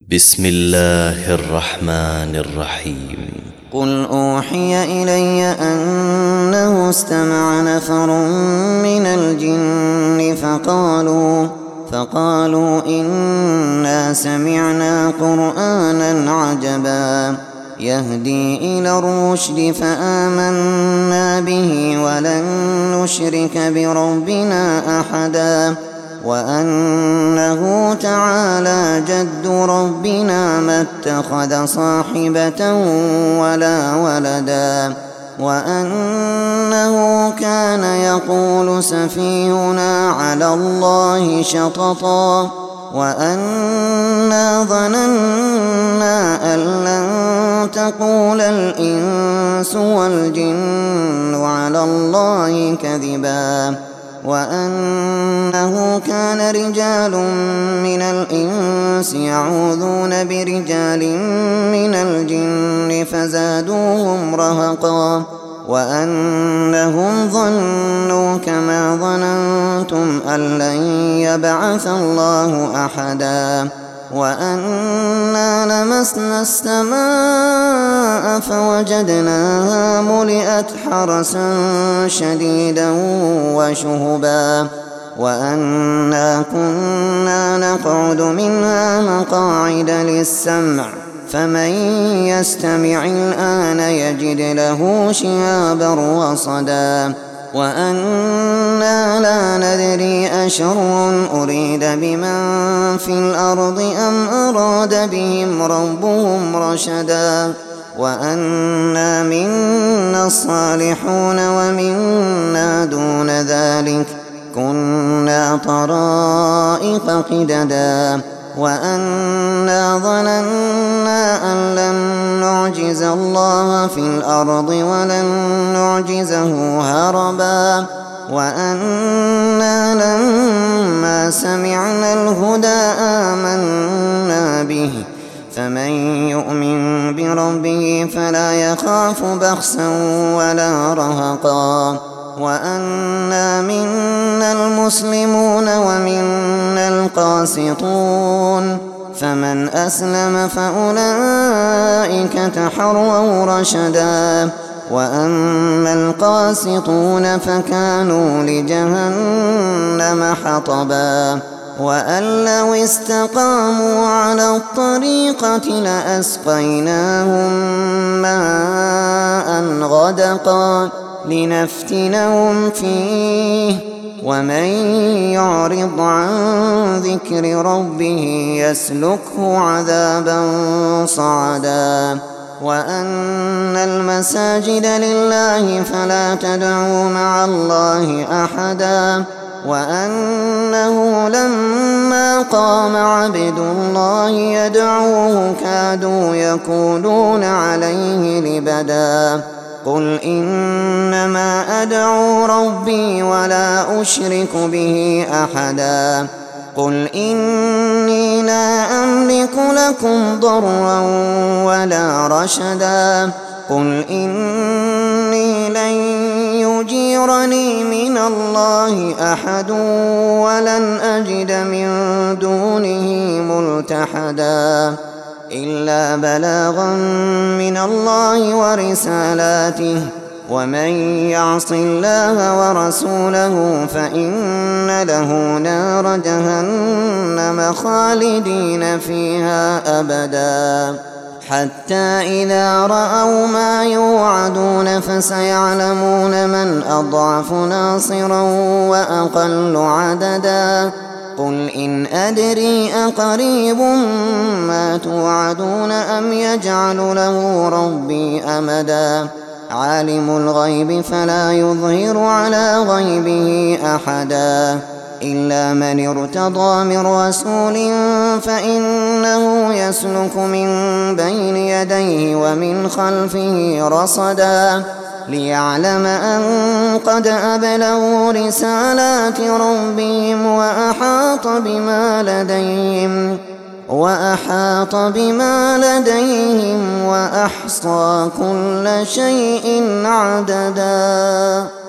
بسم الله الرحمن الرحيم. قل أوحي إلي أنه استمع نفر من الجن فقالوا إنا سمعنا قرآنا عجبا يهدي إلى الرشد فآمنا به ولن نشرك بربنا أحدا وأنه تعالى جد ربنا ما اتخذ صاحبة ولا ولدا وأنه كان يقول سفيهنا على الله شططا وأنا ظننا أن لن تقول الإنس والجن على الله كذبا وأنه كان رجال من الإنس يعوذون برجال من الجن فزادوهم رهقا وأنهم ظنوا كما ظننتم أن لن يبعث الله أحدا وأنا لمسنا السماء فوجدناها ملئت حرسا شديدا وشهبا وأنا كنا نقعد منها مقاعد للسمع فمن يستمع الآن يجد له شهابا رصدا وأنا لا ندري أشر أريد بمن في الأرض أم أراد بهم ربهم رشدا وأنا منا الصالحون ومنا دون ذلك كنا طرائق قددا وأنا ظننا أن لن نعجز الله في الأرض ولن نعجزه هربا وأنا لما سمعنا الهدى آمنا به فمن يؤمن بربه فلا يخاف بخسا ولا رهقا وأنا منا المسلمون ومنا القاسطون فمن أسلم فأولئك تحروا رشدا وأما القاسطون فكانوا لجهنم حطبا وأن لو استقاموا على الطريقة لأسقيناهم ماء غدقا لنفتنهم فيه ومن يعرض عن ذكر ربه يسلكه عذابا صعدا وأن المساجد لله فلا تدعوا مع الله أحدا وأنه لما قام عبد الله يدعوه كادوا يكونون عليه لبدا قل إنما أدعو ربي ولا أشرك به أحدا قل إني لا أملك لكم ضرا ولا رشدا قل إني لن يجيرني من الله أحد ولن أجد من دونه ملتحدا إلا بلاغا من الله ورسالاته ومن يعص الله ورسوله فإن له نار جهنم خالدين فيها أبدا حتى إذا رأوا ما يوعدون فسيعلمون من أضعف ناصرا وأقل عددا قل إن أدري أقريب ما توعدون أم يجعل له ربي أمدا عالم الغيب فلا يظهر على غيبه أحدا إلا من ارتضى من رسول فإنه يسلك من بين يديه ومن خلفه رصدا ليعلم أن قد أبلغوا رسالات ربهم وأحاط بما لديهم وأحصى كل شيء عددا.